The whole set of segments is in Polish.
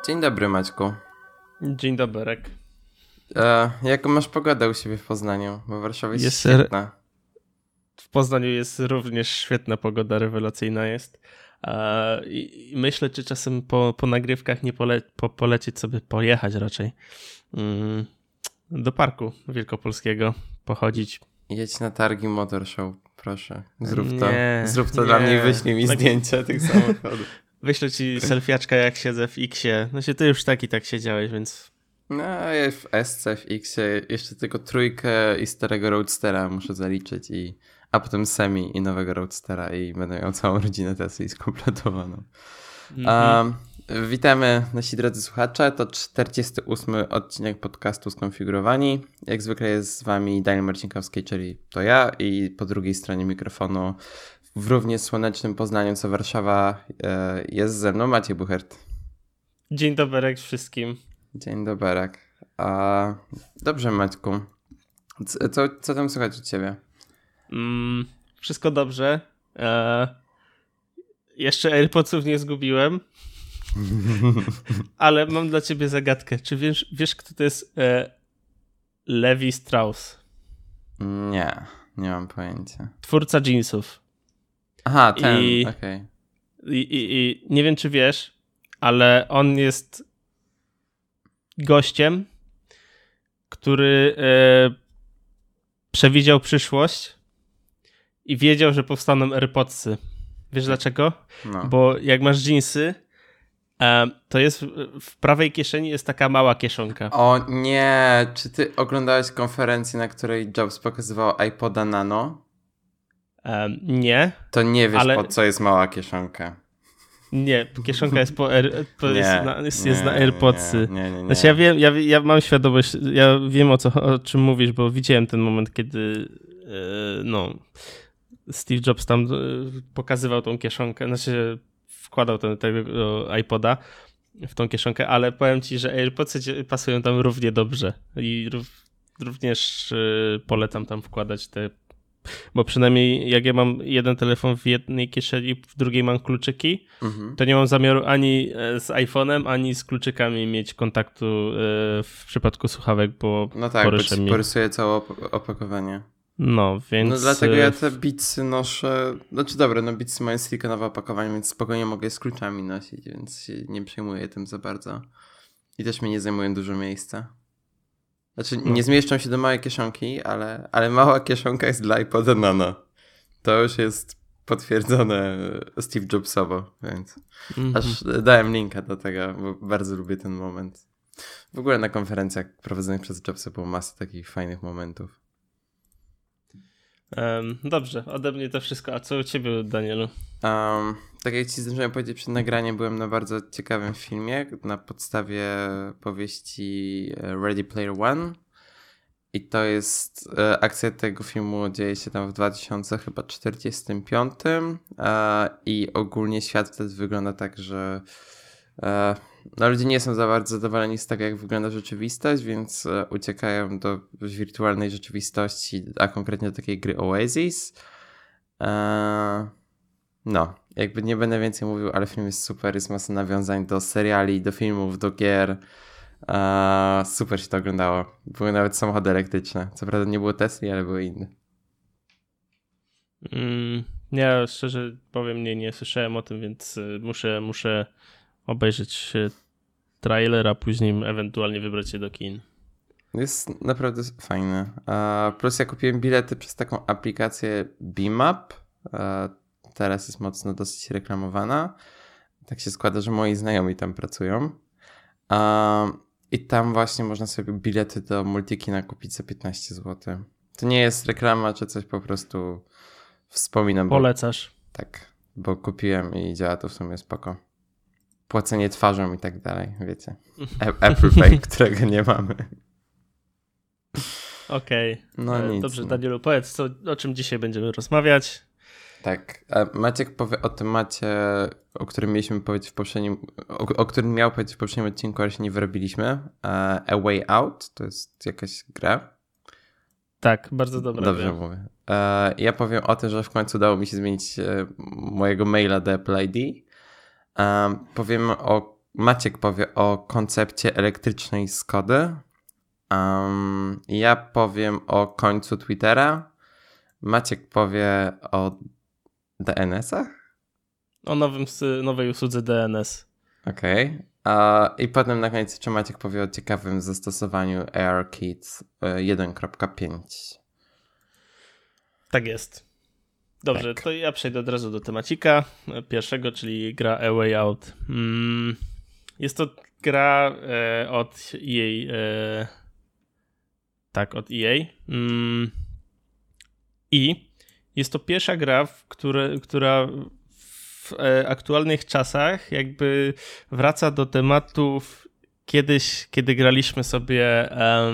Dzień dobry, Maćku. Dzień doberek. Jaką masz pogodę u siebie w Poznaniu? Bo Warszawa jest świetna. W Poznaniu jest również świetna pogoda, rewelacyjna jest. I myślę, czy czasem po nagrywkach nie polecieć sobie, pojechać raczej do parku wielkopolskiego, pochodzić. Jedź na targi Motor Show, proszę. Zrób to nie. dla mnie, wyślij mi zdjęcia tych samochodów. Wyślę ci selfiaczka, jak siedzę w X-ie. No się ty już tak i tak siedziałeś, więc... No, ja w S-ce, w X-ie jeszcze tylko trójkę i starego Roadstera muszę zaliczyć, a potem Semi i nowego Roadstera i będę miał całą rodzinę Tesli skompletowaną. Witamy nasi drodzy słuchacze, to 48 odcinek podcastu Skonfigurowani. Jak zwykle jest z wami Daniel Marcinkowski, czyli to ja, i po drugiej stronie mikrofonu w równie słonecznym Poznaniu co Warszawa jest ze mną Maciej Buchert. Dzień doberek wszystkim. Dzień doberek. Dobrze, Maćku. Co tam słychać u ciebie? Wszystko dobrze. Jeszcze AirPodsów nie zgubiłem. Ale mam dla ciebie zagadkę. Czy wiesz kto to jest Levi Strauss? Nie mam pojęcia. Twórca jeansów. Aha, okej. I nie wiem, czy wiesz, ale on jest gościem, który przewidział przyszłość i wiedział, że powstaną AirPodsy. Wiesz dlaczego? No. Bo jak masz jeansy, to jest w prawej kieszeni jest taka mała kieszonka. O nie, czy ty oglądałeś konferencję, na której Jobs pokazywał iPoda Nano? Nie. To nie wiesz, po co jest mała kieszonka. Nie, kieszonka jest jest na AirPodsy. Nie. Znaczy ja mam świadomość, ja wiem o czym mówisz, bo widziałem ten moment, kiedy Steve Jobs tam pokazywał tą kieszonkę, znaczy wkładał tego iPoda w tą kieszonkę, ale powiem ci, że AirPodsy pasują tam równie dobrze i również polecam tam wkładać te, bo przynajmniej jak ja mam jeden telefon w jednej kieszeni, w drugiej mam kluczyki, to nie mam zamiaru ani z iPhone'em, ani z kluczykami mieć kontaktu w przypadku słuchawek, bo no tak, bo ci porysuje całe opakowanie. No, więc... No dlatego ja te Beatsy noszę... Znaczy dobra, Beatsy mają silikonowe opakowanie, więc spokojnie mogę je z kluczami nosić, więc się nie przejmuję tym za bardzo. I też mi nie zajmują dużo miejsca. Znaczy nie zmieszczą się do małej kieszonki, ale mała kieszonka jest dla iPoda Nano. To już jest potwierdzone Steve Jobsowo, więc aż dałem linka do tego, bo bardzo lubię ten moment. W ogóle na konferencjach prowadzonych przez Jobsa było masę takich fajnych momentów. Dobrze, ode mnie to wszystko. A co u ciebie, Danielu? Tak jak ci zdążyłem powiedzieć przed nagraniem, byłem na bardzo ciekawym filmie na podstawie powieści Ready Player One. I to jest akcja tego filmu dzieje się tam w 2045 i ogólnie świat wtedy wygląda tak, że ludzie nie są za bardzo zadowoleni z tego, jak wygląda rzeczywistość, więc uciekają do wirtualnej rzeczywistości, a konkretnie do takiej gry Oasis. Jakby nie będę więcej mówił, ale film jest super, jest masa nawiązań do seriali, do filmów, do gier. Super się to oglądało. Były nawet samochody elektryczne. Co prawda nie było Tesli, ale były inne. Ja szczerze powiem, nie słyszałem o tym, więc muszę obejrzeć trailer, a później ewentualnie wybrać się do kin. Jest naprawdę fajne. Plus ja kupiłem bilety przez taką aplikację BeamUp. Teraz jest mocno dosyć reklamowana. Tak się składa, że moi znajomi tam pracują. I tam właśnie można sobie bilety do multikina kupić za 15 zł. To nie jest reklama czy coś, po prostu wspominam. Polecasz. Tak, bo kupiłem i działa to w sumie spoko. Płacenie twarzą i tak dalej, wiecie. Apple Pay, którego nie mamy. Okej. No dobrze, Danielu, powiedz, o czym dzisiaj będziemy rozmawiać. Tak, Maciek powie o temacie, o którym mieliśmy powiedzieć w poprzednim, o którym miał powiedzieć w poprzednim odcinku, ale się nie wyrobiliśmy. A Way Out, to jest jakaś gra? Tak, bardzo dobra. Dobrze mówię. Ja powiem o tym, że w końcu udało mi się zmienić mojego maila do Apple ID. Powiem o Maciek powie o koncepcie elektrycznej Skody. Ja powiem o końcu Twittera. Maciek powie o DNS-ach? O nowej usłudze DNS. Okej. I potem na koniec jeszcze Maciek powie o ciekawym zastosowaniu ARKit 1.5. Tak jest. Dobrze, to ja przejdę od razu do temacika pierwszego, czyli gra A Way Out. Jest to gra od EA. Od EA. I jest to pierwsza gra, która w aktualnych czasach jakby wraca do tematów kiedyś, kiedy graliśmy sobie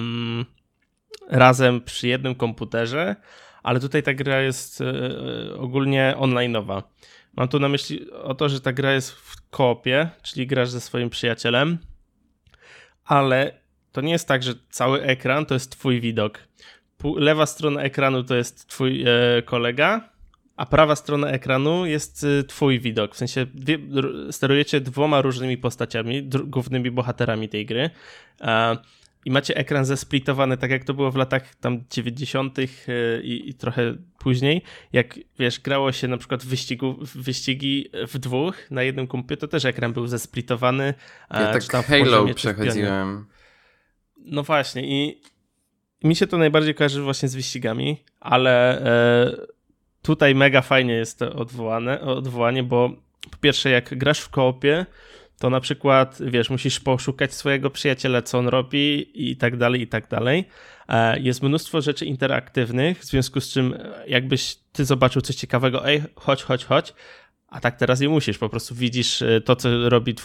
razem przy jednym komputerze, ale tutaj ta gra jest ogólnie online'owa. Mam tu na myśli o to, że ta gra jest w koopie, czyli grasz ze swoim przyjacielem, ale to nie jest tak, że cały ekran to jest twój widok. Lewa strona ekranu to jest twój kolega, a prawa strona ekranu jest twój widok. W sensie sterujecie dwoma różnymi postaciami, głównymi bohaterami tej gry. I macie ekran zesplitowany, tak jak to było w latach tam 90. i trochę później. Jak wiesz, grało się na przykład wyścigi w dwóch na jednym kompie, to też ekran był zesplitowany. Ja tak Halo przechodziłem. No właśnie i mi się to najbardziej kojarzy właśnie z wyścigami, ale tutaj mega fajnie jest to odwołanie, bo po pierwsze jak grasz w koopie, to na przykład, wiesz, musisz poszukać swojego przyjaciela, co on robi i tak dalej, i tak dalej. Jest mnóstwo rzeczy interaktywnych, w związku z czym jakbyś ty zobaczył coś ciekawego, ej, chodź, a tak teraz nie musisz, po prostu widzisz to, co robi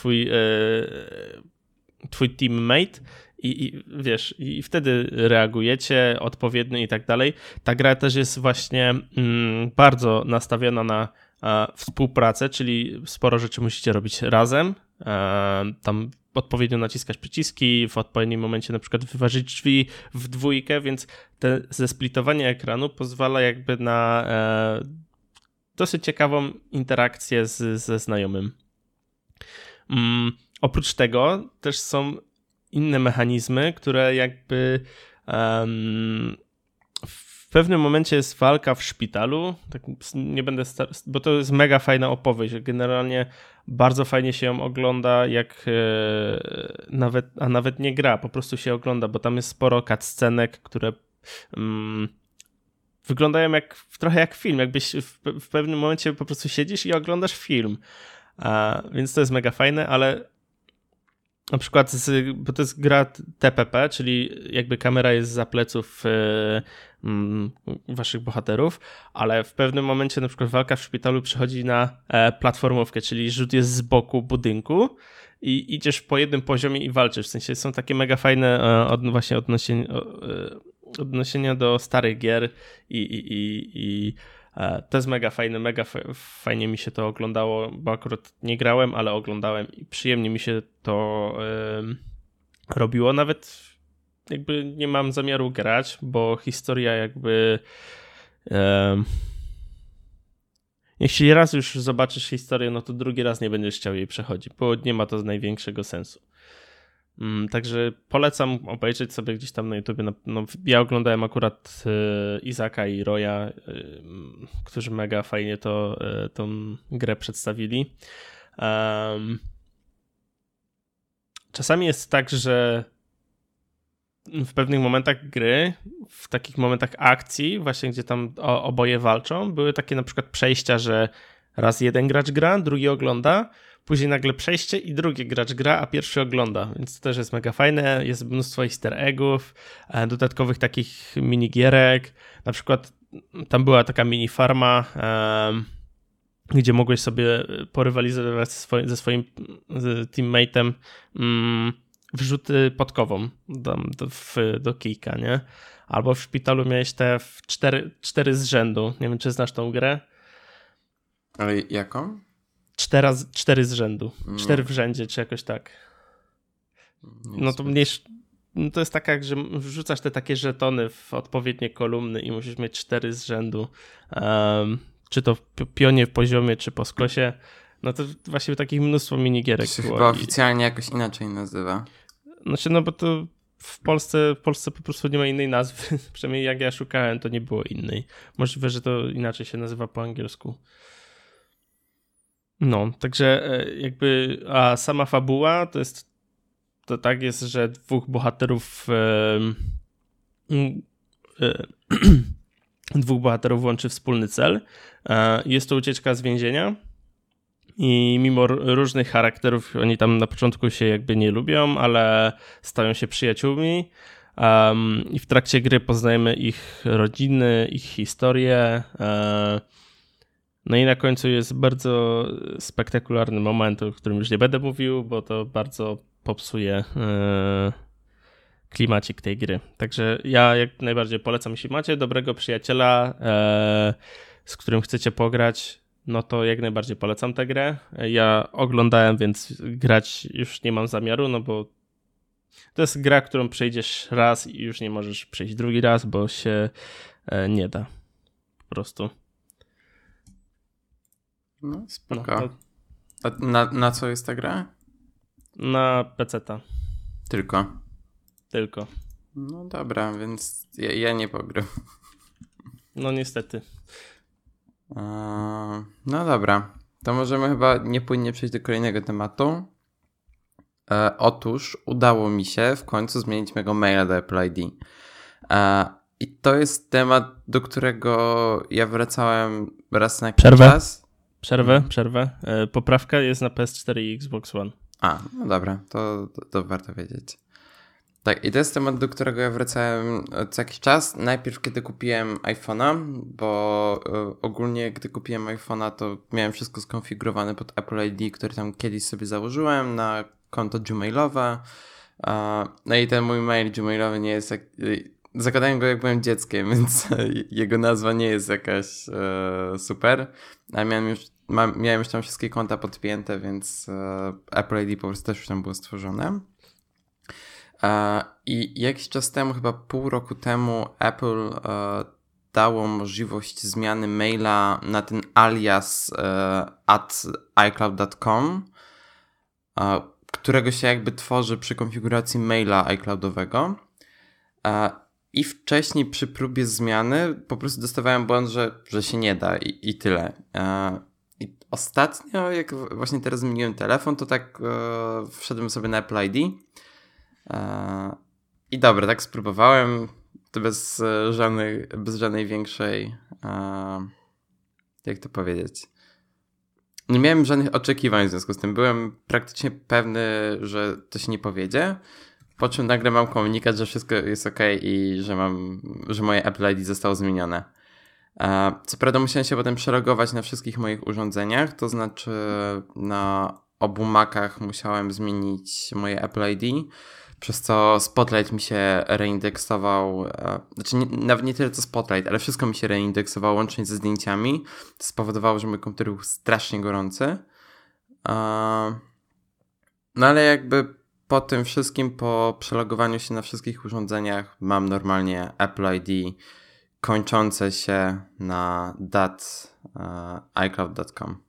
twój teammate i wiesz, i wtedy reagujecie odpowiednio i tak dalej. Ta gra też jest właśnie bardzo nastawiona na współpracę, czyli sporo rzeczy musicie robić razem, tam odpowiednio naciskać przyciski, w odpowiednim momencie na przykład wyważyć drzwi w dwójkę, więc te zesplitowanie ekranu pozwala jakby na dosyć ciekawą interakcję ze znajomym. Oprócz tego też są inne mechanizmy, które jakby w pewnym momencie jest walka w szpitalu, tak nie będę bo to jest mega fajna opowieść, generalnie bardzo fajnie się ją ogląda, jak nawet nie gra, po prostu się ogląda, bo tam jest sporo cutscenek, które wyglądają trochę jak film, jakbyś w pewnym momencie po prostu siedzisz i oglądasz film, więc to jest mega fajne, ale na przykład, bo to jest gra TPP, czyli jakby kamera jest za pleców waszych bohaterów, ale w pewnym momencie na przykład walka w szpitalu przechodzi na platformówkę, czyli rzut jest z boku budynku i idziesz po jednym poziomie i walczysz. W sensie są takie mega fajne właśnie odniesienia do starych gier i to jest mega fajne, fajnie mi się to oglądało, bo akurat nie grałem, ale oglądałem i przyjemnie mi się to robiło. Nawet jakby nie mam zamiaru grać, bo historia jakby jeśli raz już zobaczysz historię, no to drugi raz nie będziesz chciał jej przechodzić, bo nie ma to największego sensu. Także polecam obejrzeć sobie gdzieś tam na YouTubie. Ja oglądałem akurat Izaka i Roya, którzy mega fajnie tą grę przedstawili. Czasami jest tak, że w pewnych momentach gry, w takich momentach akcji, właśnie gdzie tam oboje walczą, były takie na przykład przejścia, że raz jeden gracz gra, drugi ogląda, później nagle przejście i drugi gracz gra, a pierwszy ogląda, więc to też jest mega fajne. Jest mnóstwo easter eggów, dodatkowych takich minigierek. Na przykład tam była taka mini farma, gdzie mogłeś sobie porywalizować ze swoim teammate'em wrzuty podkową do kijka, nie? Albo w szpitalu miałeś te cztery z rzędu. Nie wiem, czy znasz tą grę? Ale jaką? 4 z rzędu. 4 w rzędzie, czy jakoś tak. No to to jest taka, że wrzucasz te takie żetony w odpowiednie kolumny i musisz mieć 4 z rzędu. Czy to w pionie, w poziomie, czy po skosie. No to właśnie takich mnóstwo minigierek To się było. chyba oficjalnie jakoś inaczej nazywa. Znaczy, no bo to w Polsce po prostu nie ma innej nazwy. Przynajmniej jak ja szukałem, to nie było innej. Możliwe, że to inaczej się nazywa po angielsku. No, także jakby, a sama fabuła to tak jest, że dwóch bohaterów dwóch bohaterów łączy wspólny cel. Jest to ucieczka z więzienia i mimo różnych charakterów oni tam na początku się jakby nie lubią, ale stają się przyjaciółmi. I w trakcie gry poznajemy ich rodziny, ich historię. No i na końcu jest bardzo spektakularny moment, o którym już nie będę mówił, bo to bardzo popsuje klimacik tej gry. Także ja jak najbardziej polecam, jeśli macie dobrego przyjaciela, z którym chcecie pograć, no to jak najbardziej polecam tę grę. Ja oglądałem, więc grać już nie mam zamiaru, no bo to jest gra, którą przejdziesz raz i już nie możesz przejść drugi raz, bo się nie da. Po prostu. No, spoko. No, A na co jest ta gra? na PC-ta. Tylko. No dobra, więc ja nie pogram. No niestety. No dobra, to możemy chyba niepłynnie przejść do kolejnego tematu. Otóż udało mi się w końcu zmienić mojego maila do Apple ID. I to jest temat, do którego ja wracałem raz na jakiś czas. Przerwę. Poprawka jest na PS4 i Xbox One. No dobra, to warto wiedzieć. Tak, i to jest temat, do którego ja wracałem co jakiś czas. Najpierw, kiedy kupiłem iPhone'a, bo ogólnie, gdy kupiłem iPhone'a, to miałem wszystko skonfigurowane pod Apple ID, który tam kiedyś sobie założyłem na konto Gmailowe. No i ten mój mail Gmailowy nie jest jak... Zakładałem go, jak byłem dzieckiem, więc jego nazwa nie jest jakaś super. A miałem już tam wszystkie konta podpięte, więc Apple ID po prostu też już tam było stworzone. I jakiś czas temu, chyba pół roku temu, Apple dało możliwość zmiany maila na ten alias at iCloud.com, którego się jakby tworzy przy konfiguracji maila iCloudowego. I wcześniej przy próbie zmiany po prostu dostawałem błąd, że się nie da i tyle. I ostatnio, jak właśnie teraz zmieniłem telefon, to tak wszedłem sobie na Apple ID. I dobra, tak spróbowałem, to bez żadnej większej, jak to powiedzieć, nie miałem żadnych oczekiwań w związku z tym, byłem praktycznie pewny, że to się nie powiedzie, po czym nagle mam komunikat, że wszystko jest okej i że moje Apple ID zostało zmienione. Co prawda musiałem się potem przelogować na wszystkich moich urządzeniach, to znaczy na obu Macach musiałem zmienić moje Apple ID, przez co Spotlight mi się reindeksował, znaczy nawet nie tyle co Spotlight, ale wszystko mi się reindeksowało łącznie ze zdjęciami. To spowodowało, że mój komputer był strasznie gorący. No ale jakby po tym wszystkim, po przelogowaniu się na wszystkich urządzeniach mam normalnie Apple ID kończące się na iCloud.com.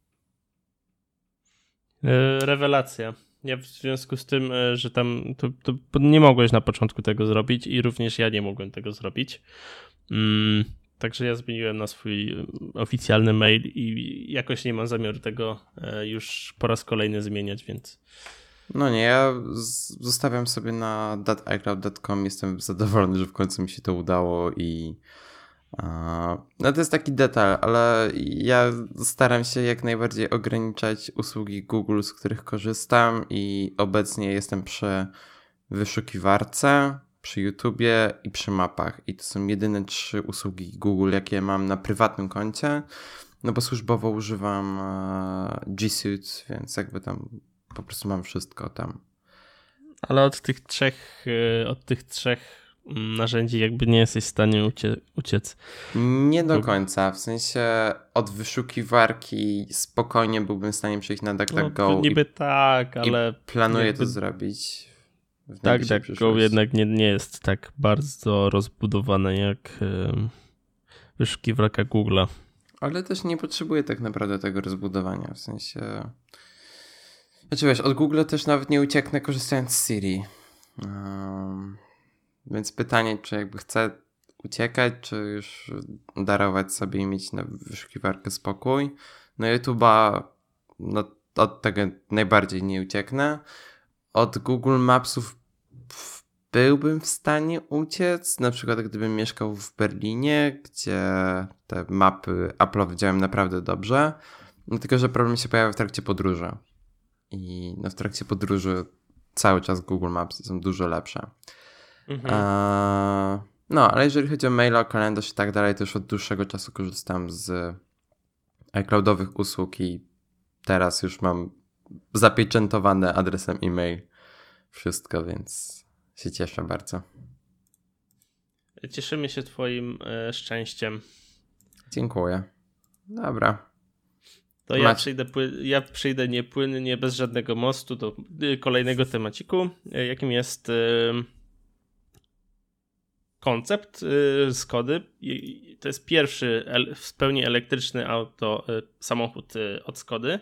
Rewelacja. Ja w związku z tym, że tam to nie mogłeś na początku tego zrobić i również ja nie mogłem tego zrobić. Także ja zmieniłem na swój oficjalny mail i jakoś nie mam zamiaru tego już po raz kolejny zmieniać, więc... No nie, ja zostawiam sobie na iCloud.com, jestem zadowolony, że w końcu mi się to udało i no to jest taki detal, ale ja staram się jak najbardziej ograniczać usługi Google, z których korzystam i obecnie jestem przy wyszukiwarce, przy YouTubie i przy mapach i to są jedyne 3 usługi Google, jakie mam na prywatnym koncie, no bo służbowo używam G Suite, więc jakby tam po prostu mam wszystko tam. Ale od tych trzech narzędzi jakby nie jesteś w stanie uciec. Nie do końca, w sensie od wyszukiwarki spokojnie byłbym w stanie przejść na DuckDuckGo. No, niby tak, ale... Planuję jakby... to zrobić w najbliższej przyszłości. DuckDuckGo jednak nie jest tak bardzo rozbudowane jak wyszukiwarka Google'a. Ale też nie potrzebuję tak naprawdę tego rozbudowania, w sensie... Znaczy wiesz, od Google też nawet nie ucieknę korzystając z Siri. Więc pytanie, czy jakby chcę uciekać, czy już darować sobie i mieć na wyszukiwarkę spokój. No YouTube'a, no od tego najbardziej nie ucieknę. Od Google Mapsów byłbym w stanie uciec, na przykład gdybym mieszkał w Berlinie, gdzie te mapy Apple'owe działają naprawdę dobrze, no tylko że problem się pojawia w trakcie podróży i no w trakcie podróży cały czas Google Maps są dużo lepsze. No, ale jeżeli chodzi o maila, kalendarz i tak dalej, to już od dłuższego czasu korzystam z iCloudowych usług i teraz już mam zapieczętowane adresem e-mail wszystko, więc się cieszę bardzo. Cieszymy się twoim szczęściem. Dziękuję. Dobra. To ja przyjdę niepłynnie, bez żadnego mostu do kolejnego temaciku, jakim jest koncept Skody. To jest pierwszy w pełni elektryczny samochód od Skody.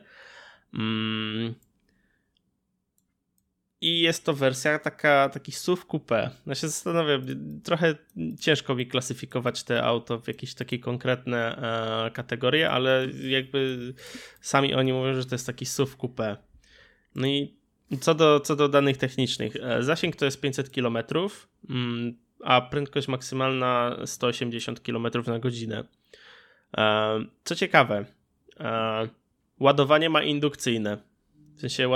I jest to wersja taki SUV coupé. Ja się zastanawiam, trochę ciężko mi klasyfikować te auto w jakieś takie konkretne kategorie, ale jakby sami oni mówią, że to jest taki SUV coupé. No i co do danych technicznych. Zasięg to jest 500 km, a prędkość maksymalna 180 km na godzinę. Co ciekawe, ładowanie ma indukcyjne. W sensie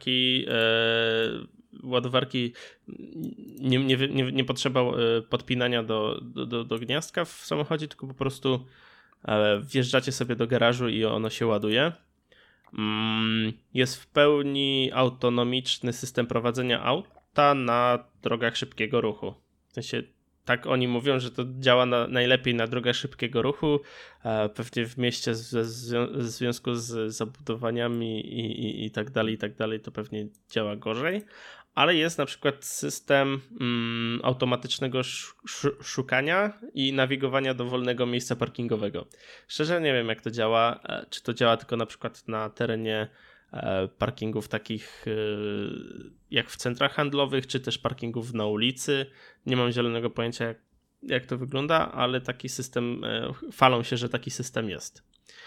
ładowarki nie potrzeba podpinania do gniazdka w samochodzie, tylko po prostu wjeżdżacie sobie do garażu i ono się ładuje. Jest w pełni autonomiczny system prowadzenia auta na drogach szybkiego ruchu. W sensie tak oni mówią, że to działa najlepiej na drogach szybkiego ruchu, pewnie w mieście w związku z zabudowaniami i tak dalej, to pewnie działa gorzej, ale jest na przykład system automatycznego szukania i nawigowania do wolnego miejsca parkingowego. Szczerze nie wiem, jak to działa, czy to działa tylko na przykład na terenie parkingów takich jak w centrach handlowych, czy też parkingów na ulicy. Nie mam zielonego pojęcia, jak to wygląda, ale taki system, chwalą się, że taki system jest.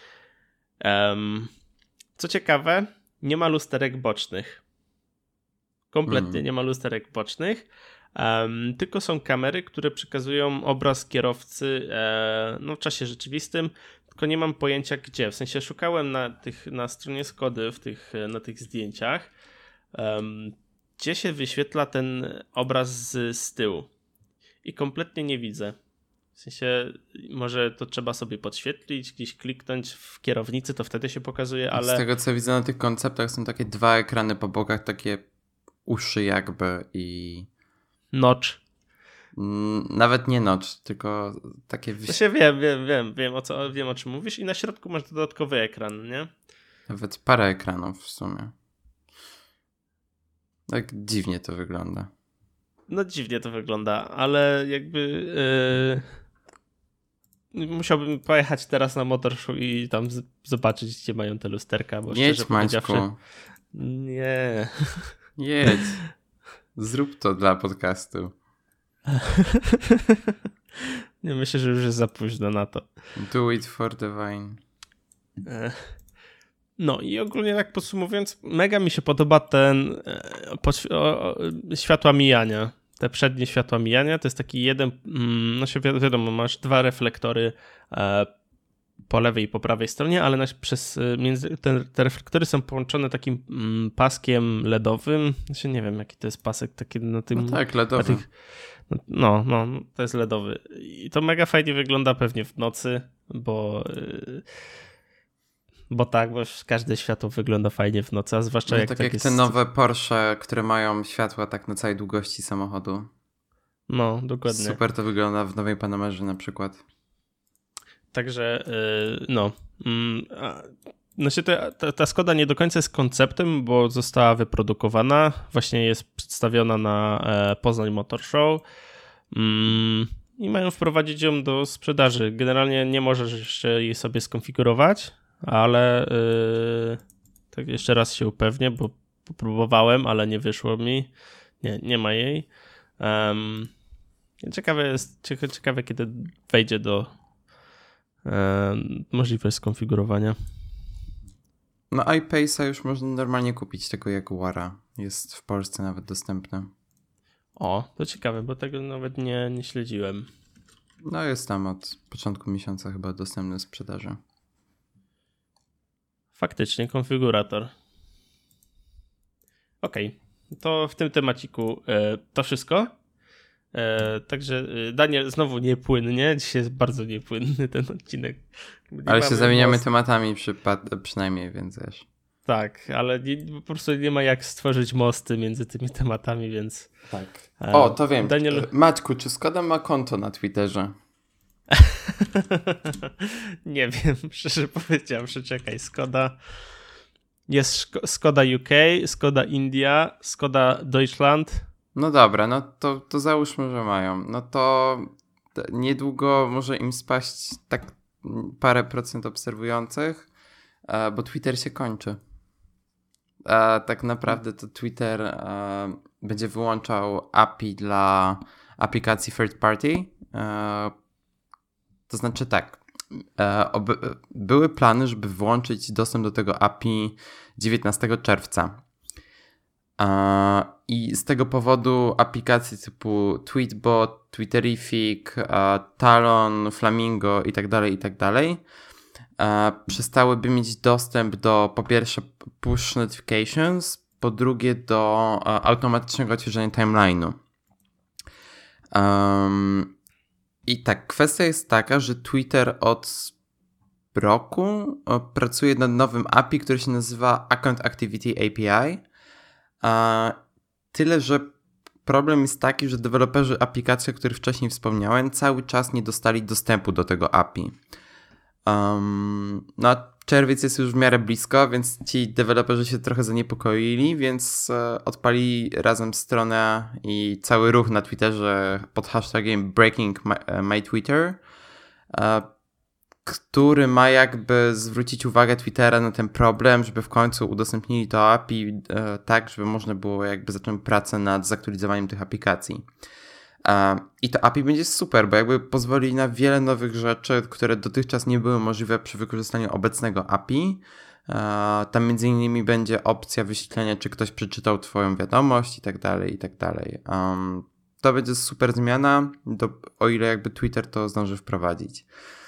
Co ciekawe, nie ma lusterek bocznych. Kompletnie nie ma lusterek bocznych, tylko są kamery, które przekazują obraz kierowcy w czasie rzeczywistym, tylko nie mam pojęcia gdzie. W sensie szukałem na stronie Skody na tych zdjęciach, gdzie się wyświetla ten obraz z tyłu i kompletnie nie widzę. W sensie może to trzeba sobie podświetlić, gdzieś kliknąć w kierownicy, to wtedy się pokazuje, ale... Z tego co widzę na tych konceptach są takie 2 ekrany po bokach, takie uszy jakby i... Notch. Nawet nie notch, tylko takie... Wiem o czym mówisz i na środku masz dodatkowy ekran, nie? Nawet parę ekranów w sumie. Tak dziwnie to wygląda. No dziwnie to wygląda, ale jakby musiałbym pojechać teraz na Motor Show i tam zobaczyć, gdzie mają te lusterka, bo szczerze powiedziawszy... Nie. Jedź. Zrób to dla podcastu. Nie, myślę, że już jest za późno na to. Do it for the wine. No i ogólnie tak podsumowując, mega mi się podoba ten światła mijania. Te przednie światła mijania to jest taki jeden, wiadomo, masz 2 reflektory po lewej i po prawej stronie, ale te reflektory są połączone takim paskiem LEDowym. Nie wiem, jaki to jest pasek taki na tym. No tak, LEDowy. No, to jest LEDowy. I to mega fajnie wygląda pewnie w nocy, bo każde światło wygląda fajnie w nocy, a zwłaszcza jak tak jak jak jest... te nowe Porsche, które mają światła tak na całej długości samochodu. No, dokładnie. Super to wygląda w nowej Panamerze na przykład. Także ta Skoda nie do końca jest konceptem, bo została wyprodukowana, właśnie jest przedstawiona na Poznań Motor Show. i mają wprowadzić ją do sprzedaży. Generalnie nie możesz jeszcze jej sobie skonfigurować, ale tak jeszcze raz się upewnię, bo próbowałem, ale nie wyszło mi. Nie ma jej. Ciekawe kiedy wejdzie do możliwość skonfigurowania. No iPace'a już można normalnie kupić, tego Jaguara. Jest w Polsce nawet dostępny. O, to ciekawe, bo tego nawet nie śledziłem. No jest tam od początku miesiąca chyba dostępny w sprzedaży. Faktycznie, konfigurator. Okej, to w tym temaciku to wszystko. Także Daniel, znowu niepłynnie. Dzisiaj jest bardzo niepłynny ten odcinek. Ale się zamieniamy tematami przynajmniej, więc wiesz. Tak, ale po prostu nie ma jak stworzyć mosty między tymi tematami, więc... Tak. O, to wiem. Daniel... Maćku, czy Skoda ma konto na Twitterze? Nie wiem, szczerze powiedziawszy, czekaj. Skoda... Jest Skoda UK, Skoda India, Skoda Deutschland. No dobra, no to załóżmy, że mają. No to niedługo może im spaść tak parę procent obserwujących, bo Twitter się kończy. Tak naprawdę to Twitter będzie wyłączał API dla aplikacji third party. To znaczy tak, były plany, żeby włączyć dostęp do tego API 19 czerwca. I z tego powodu aplikacje typu Tweetbot, Twitterific, Talon, Flamingo itd. Przestałyby mieć dostęp do po pierwsze push notifications, po drugie do automatycznego odświeżania timeline'u. I tak, kwestia jest taka, że Twitter od roku pracuje nad nowym API, który się nazywa Account Activity API. Tyle, że problem jest taki, że deweloperzy aplikacji, o których wcześniej wspomniałem, cały czas nie dostali dostępu do tego API. No a czerwiec jest już w miarę blisko, więc ci deweloperzy się trochę zaniepokoili, więc odpali razem stronę i cały ruch na Twitterze pod hashtagiem Breaking My Twitter, który ma jakby zwrócić uwagę Twittera na ten problem, żeby w końcu udostępnili to API tak, żeby można było jakby zacząć pracę nad zaktualizowaniem tych aplikacji. I to API będzie super, bo jakby pozwoli na wiele nowych rzeczy, które dotychczas nie były możliwe przy wykorzystaniu obecnego API. Tam między innymi będzie opcja wyświetlenia, czy ktoś przeczytał twoją wiadomość i tak dalej, i tak dalej. To będzie super zmiana, o ile jakby Twitter to zdąży wprowadzić.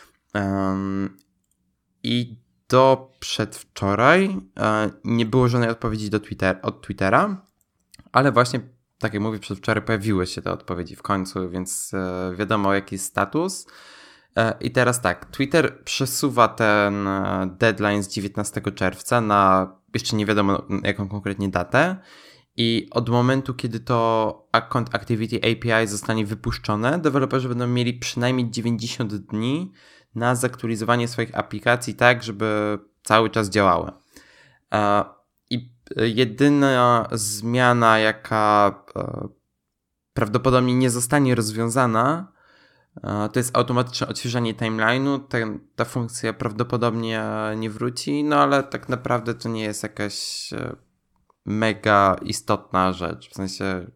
I do przedwczoraj nie było żadnej odpowiedzi od Twittera, ale właśnie, tak jak mówię, przedwczoraj pojawiły się te odpowiedzi w końcu, więc wiadomo jaki jest status. I teraz tak, Twitter przesuwa ten deadline z 19 czerwca na jeszcze nie wiadomo jaką konkretnie datę i od momentu, kiedy to Account Activity API zostanie wypuszczone, deweloperzy będą mieli przynajmniej 90 dni na zaktualizowanie swoich aplikacji tak, żeby cały czas działały. I jedyna zmiana, jaka prawdopodobnie nie zostanie rozwiązana, to jest automatyczne odświeżanie timeline'u. Ta funkcja prawdopodobnie nie wróci, no ale tak naprawdę to nie jest jakaś mega istotna rzecz. W sensie,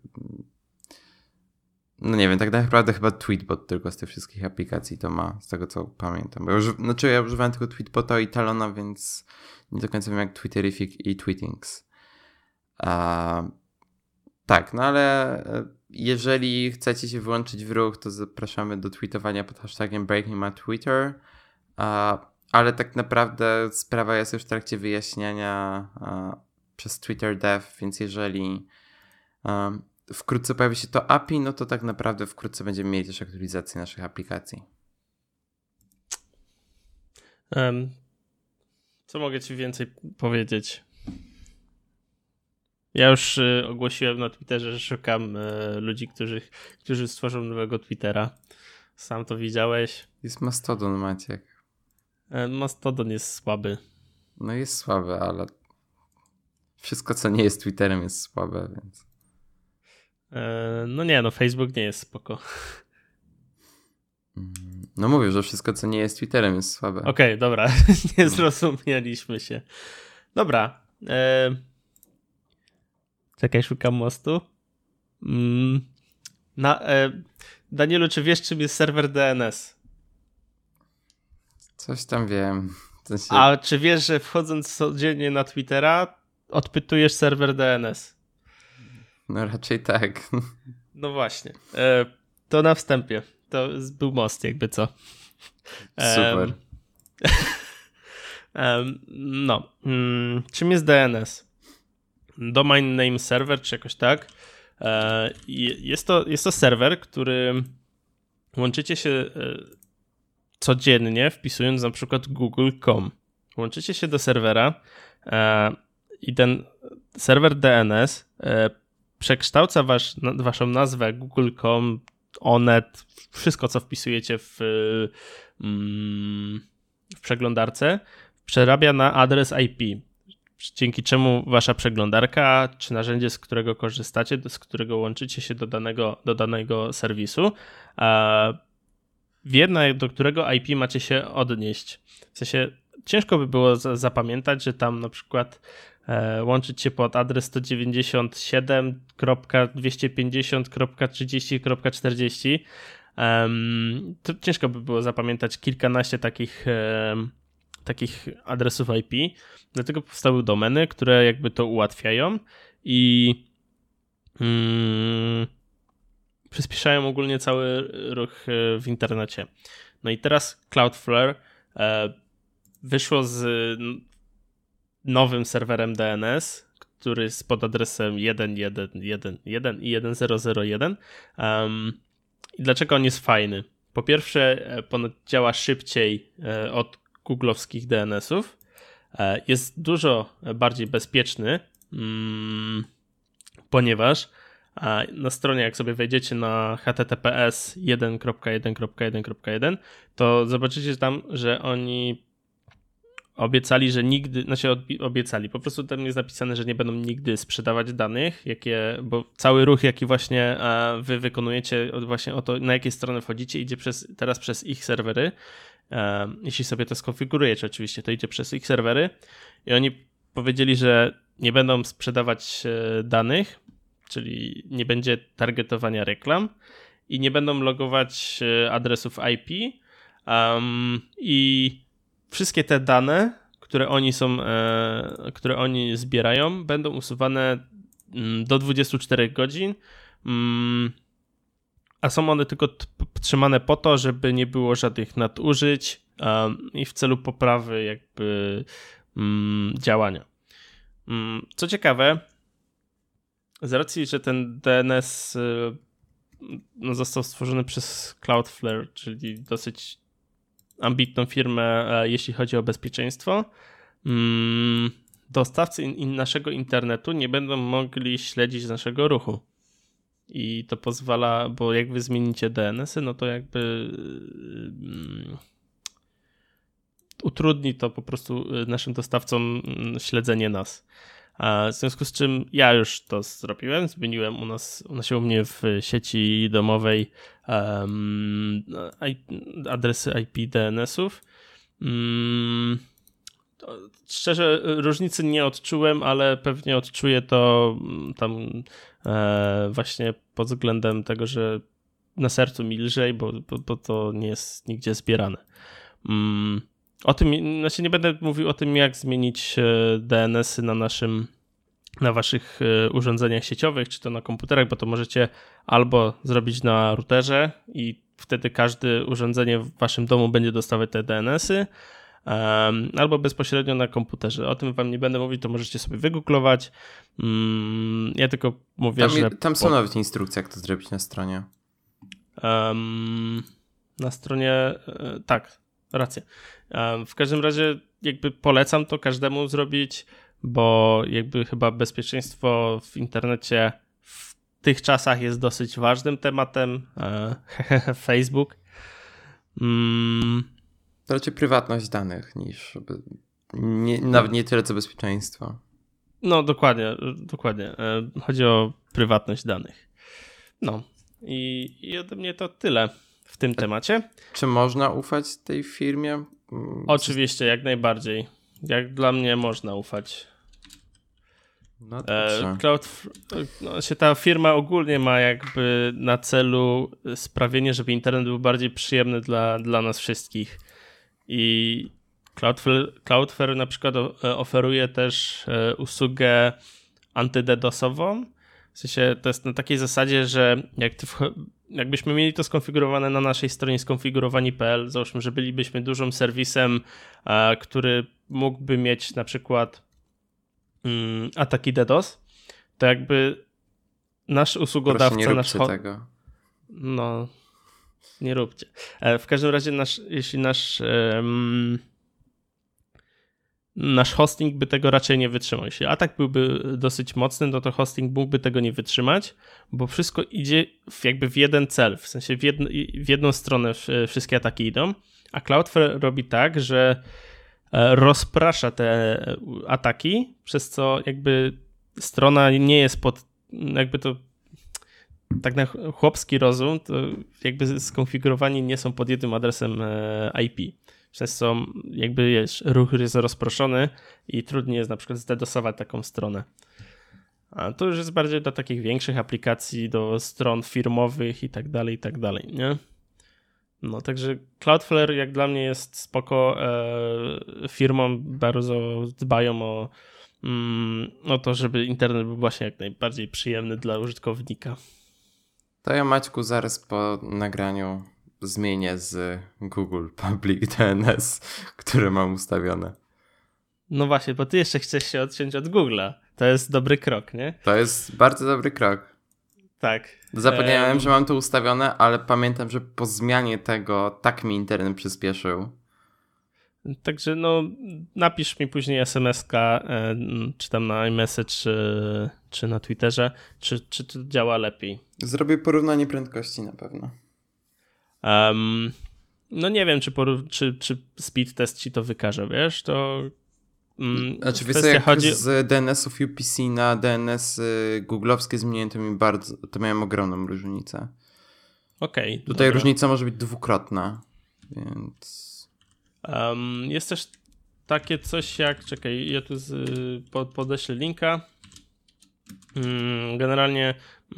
no nie wiem, tak naprawdę chyba Tweetbot tylko z tych wszystkich aplikacji to ma, z tego co pamiętam. Bo ja używałem tylko Tweetbota i Talona, więc nie do końca wiem jak Twitterific i Tweetings. Tak, no ale jeżeli chcecie się włączyć w ruch, to zapraszamy do tweetowania pod hashtagiem Breaking My Twitter. Ale tak naprawdę sprawa jest już w trakcie wyjaśniania przez Twitter Dev, więc jeżeli wkrótce pojawi się to API, no to tak naprawdę wkrótce będziemy mieli też aktualizację naszych aplikacji. Co mogę ci więcej powiedzieć? Ja już ogłosiłem na Twitterze, że szukam ludzi, którzy stworzą nowego Twittera. Sam to widziałeś. Jest Mastodon, Maciek. Mastodon jest słaby. No jest słaby, ale wszystko, co nie jest Twitterem jest słabe, więc... No nie, no Facebook nie jest spoko. No mówię, że wszystko, co nie jest Twitterem, jest słabe. Okej, dobra. Nie zrozumieliśmy się. Dobra. Czekaj, szukam mostu. Danielu, czy wiesz, czym jest serwer DNS? Coś tam wiem. A czy wiesz, że wchodząc codziennie na Twittera, odpytujesz serwer DNS? No raczej tak. No właśnie. To na wstępie. To był most, jakby co. Super. Czym jest DNS? Domain Name Server, czy jakoś tak? Jest to serwer, który łączycie się codziennie, wpisując na przykład google.com. Łączycie się do serwera i ten serwer DNS przekształca waszą nazwę google.com, onet, wszystko co wpisujecie w przeglądarce, przerabia na adres IP, dzięki czemu wasza przeglądarka czy narzędzie, z którego korzystacie, z którego łączycie się do danego serwisu, wie, do którego IP macie się odnieść. W sensie ciężko by było zapamiętać, że tam na przykład łączyć się pod adres 197.250.30.40. To ciężko by było zapamiętać kilkanaście takich adresów IP, dlatego powstały domeny, które jakby to ułatwiają i przyspieszają ogólnie cały ruch w internecie. No i teraz Cloudflare wyszło z nowym serwerem DNS, który jest pod adresem 1.1.1.1 i 1.0.0.1. I dlaczego on jest fajny? Po pierwsze, ponoć działa szybciej od googlowskich DNS-ów. Jest dużo bardziej bezpieczny, ponieważ na stronie, jak sobie wejdziecie na https 1.1.1.1, to zobaczycie tam, że oni obiecali, że nigdy, obiecali, po prostu tam jest napisane, że nie będą nigdy sprzedawać danych, bo cały ruch, jaki właśnie wy wykonujecie, właśnie o to, na jakie strony wchodzicie, idzie teraz przez ich serwery. Jeśli sobie to skonfigurujecie oczywiście, to idzie przez ich serwery i oni powiedzieli, że nie będą sprzedawać danych, czyli nie będzie targetowania reklam i nie będą logować adresów IP i wszystkie te dane, które oni zbierają, będą usuwane do 24 godzin, a są one tylko trzymane po to, żeby nie było żadnych nadużyć i w celu poprawy jakby działania. Co ciekawe, z racji, że ten DNS został stworzony przez Cloudflare, czyli dosyć ambitną firmę, jeśli chodzi o bezpieczeństwo, dostawcy naszego internetu nie będą mogli śledzić naszego ruchu. I to pozwala, bo jak wy zmienicie DNS-y, no to jakby utrudni to po prostu naszym dostawcom śledzenie nas. W związku z czym ja już to zrobiłem, zmieniłem u mnie w sieci domowej adresy IP DNS-ów. Szczerze różnicy nie odczułem, ale pewnie odczuję to tam właśnie pod względem tego, że na sercu mi lżej, bo to nie jest nigdzie zbierane. O tym, znaczy nie będę mówił o tym, jak zmienić DNS-y na waszych urządzeniach sieciowych, czy to na komputerach, bo to możecie albo zrobić na routerze i wtedy każde urządzenie w waszym domu będzie dostawać te DNS-y, albo bezpośrednio na komputerze. O tym wam nie będę mówić, to możecie sobie wygooglować. Ja tylko mówię, że... Tam są nawet instrukcje, jak to zrobić na stronie. Na stronie... Tak, racja. W każdym razie jakby polecam to każdemu zrobić, bo jakby chyba bezpieczeństwo w internecie w tych czasach jest dosyć ważnym tematem. Facebook. To raczej prywatność danych niż nawet nie tyle co bezpieczeństwo. No dokładnie. Chodzi o prywatność danych. No i ode mnie to tyle w tym temacie. Czy można ufać tej firmie? Oczywiście, jak najbardziej. Jak dla mnie można ufać. No dobrze. Ta firma ogólnie ma jakby na celu sprawienie, żeby internet był bardziej przyjemny dla nas wszystkich. I Cloudflare na przykład oferuje też usługę antydedosową. W sensie to jest na takiej zasadzie, że jakbyśmy mieli to skonfigurowane na naszej stronie skonfigurowani.pl, załóżmy, że bylibyśmy dużym serwisem, który mógłby mieć na przykład ataki DDoS, to jakby nasz usługodawca... Proszę, nie róbcie tego. No, nie róbcie. W każdym razie jeśli nasz hosting by tego raczej nie wytrzymał. Jeśli atak byłby dosyć mocny, no to hosting mógłby tego nie wytrzymać, bo wszystko idzie w jeden cel, w sensie w jedną stronę wszystkie ataki idą, a Cloudflare robi tak, że rozprasza te ataki, przez co jakby strona nie jest jakby to tak na chłopski rozum, to jakby skonfigurowani nie są pod jednym adresem IP. Przez co jakby ruch jest rozproszony i trudniej jest na przykład zdedosować taką stronę. A to już jest bardziej do takich większych aplikacji, do stron firmowych i tak dalej, nie? No także Cloudflare jak dla mnie jest spoko firmą, bardzo dbają o to, żeby internet był właśnie jak najbardziej przyjemny dla użytkownika. To ja, Maćku, zaraz po nagraniu zmienię z Google Public DNS, które mam ustawione. No właśnie, bo ty jeszcze chcesz się odciąć od Google'a. To jest dobry krok, nie? To jest bardzo dobry krok. Tak. Zapomniałem, że mam to ustawione, ale pamiętam, że po zmianie tego tak mi internet przyspieszył. Także no napisz mi później SMS-ka, czy tam na iMessage, czy na Twitterze, czy to działa lepiej. Zrobię porównanie prędkości na pewno. No nie wiem, czy speed test ci to wykaże, wiesz, to znaczy wiesz co, jak z DNS-ów UPC na DNS googlowskie zmieniłem, to miałem ogromną różnicę. Okej. Tutaj dobra. Różnica może być dwukrotna, więc... Jest też takie coś jak, czekaj, ja tu podeślę linka. Generalnie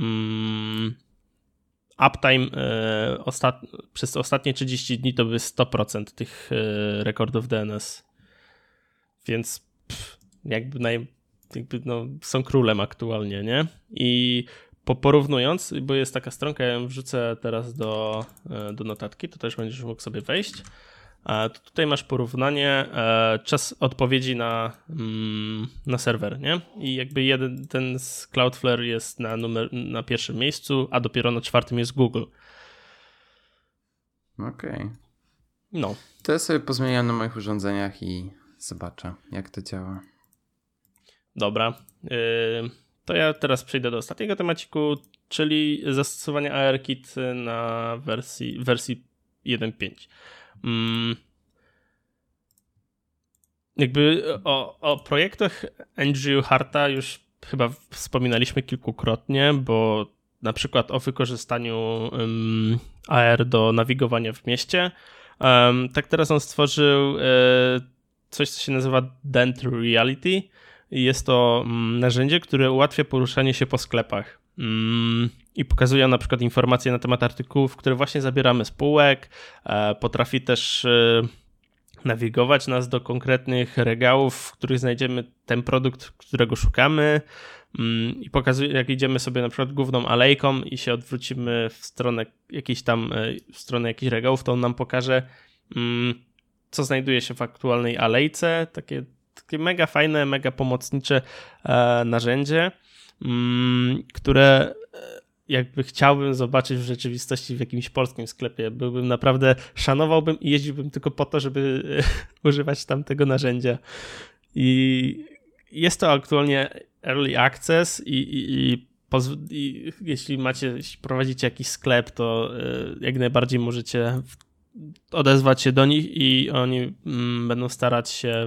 uptime przez ostatnie 30 dni to by 100% tych rekordów DNS. Więc są królem aktualnie, nie? I porównując, bo jest taka stronka, ja ją wrzucę teraz do notatki, to też będziesz mógł sobie wejść. To tutaj masz porównanie czas odpowiedzi na serwer, nie? I jakby ten z Cloudflare jest na pierwszym miejscu, a dopiero na 4 jest Google. Okej. No. To ja sobie pozmieniam na moich urządzeniach i zobaczę, jak to działa. Dobra. To ja teraz przejdę do ostatniego temaciku, czyli zastosowanie ARKit na wersji 1.5. Jakby o projektach Andrew Harta już chyba wspominaliśmy kilkukrotnie, bo na przykład o wykorzystaniu AR do nawigowania w mieście. Tak teraz on stworzył coś, co się nazywa Dent Reality. Jest to narzędzie, które ułatwia poruszanie się po sklepach. I pokazuje na przykład informacje na temat artykułów, które właśnie zabieramy z półek. Potrafi też nawigować nas do konkretnych regałów, w których znajdziemy ten produkt, którego szukamy. I pokazuje, jak idziemy sobie na przykład główną alejką i się odwrócimy w stronę jakichś regałów, to on nam pokaże, co znajduje się w aktualnej alejce. Takie mega fajne, mega pomocnicze narzędzie, które jakby chciałbym zobaczyć w rzeczywistości w jakimś polskim sklepie. Szanowałbym i jeździłbym tylko po to, żeby używać tamtego narzędzia. I jest to aktualnie early access i jeśli prowadzicie jakiś sklep, to jak najbardziej możecie odezwać się do nich i oni będą starać się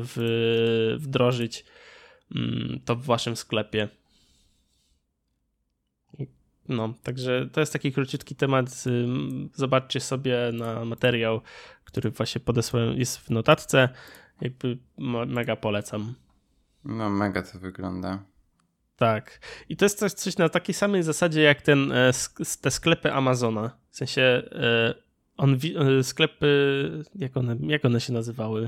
wdrożyć to w waszym sklepie. No, także to jest taki króciutki temat. Zobaczcie sobie na materiał, który właśnie podesłałem, jest w notatce. Jakby mega polecam. No, mega to wygląda. Tak. I to jest coś na takiej samej zasadzie jak te sklepy Amazona. W sensie sklepy, jak one się nazywały?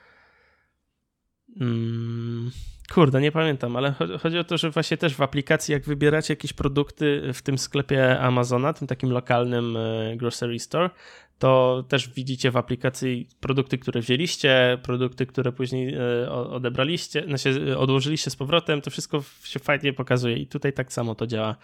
Kurde, nie pamiętam, ale chodzi o to, że właśnie też w aplikacji, jak wybieracie jakieś produkty w tym sklepie Amazona, tym takim lokalnym grocery store, to też widzicie w aplikacji produkty, które wzięliście, produkty, które później odebraliście, znaczy odłożyliście z powrotem, to wszystko się fajnie pokazuje i tutaj tak samo to działa.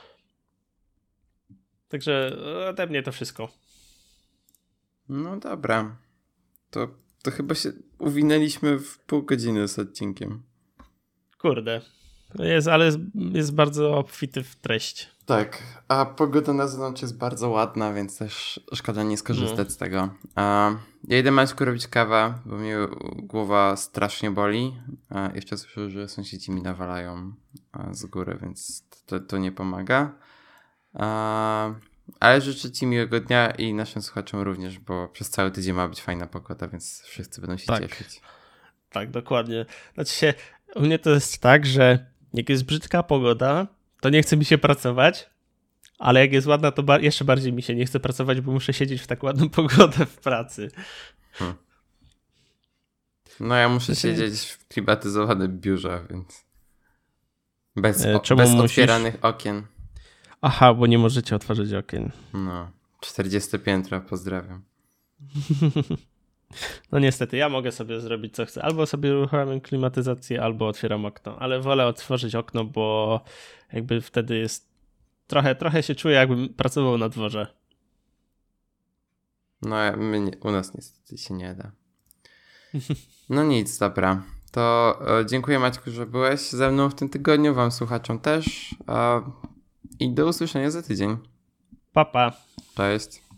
Także ode mnie to wszystko. No dobra. To chyba się uwinęliśmy w pół godziny z odcinkiem. Kurde. Ale jest bardzo obfity w treść. Tak, a pogoda na zewnątrz jest bardzo ładna, więc też szkoda nie skorzystać z tego. Ja idę Maćku robić kawę, bo mnie głowa strasznie boli. Jeszcze słyszę, że sąsiedzi mi nawalają z góry, więc to nie pomaga. Ale życzę ci miłego dnia i naszym słuchaczom również, bo przez cały tydzień ma być fajna pogoda, więc wszyscy będą się cieszyć. Tak, dokładnie. Znaczy u mnie to jest tak, że jak jest brzydka pogoda, to nie chce mi się pracować, ale jak jest ładna, to jeszcze bardziej mi się nie chce pracować, bo muszę siedzieć w tak ładną pogodę w pracy. No ja muszę siedzieć w klimatyzowanym biurze, więc bez otwieranych okien. Aha, bo nie możecie otworzyć okien. No, 40 piętro, pozdrawiam. No niestety, ja mogę sobie zrobić co chcę. Albo sobie uruchamiam klimatyzację, albo otwieram okno. Ale wolę otworzyć okno, bo jakby wtedy jest trochę się czuję, jakbym pracował na dworze. No, u nas niestety się nie da. No nic, dobra. To dziękuję Maćku, że byłeś ze mną w tym tygodniu, wam słuchaczom też. I do usłyszenia za tydzień. Pa, pa. Cześć.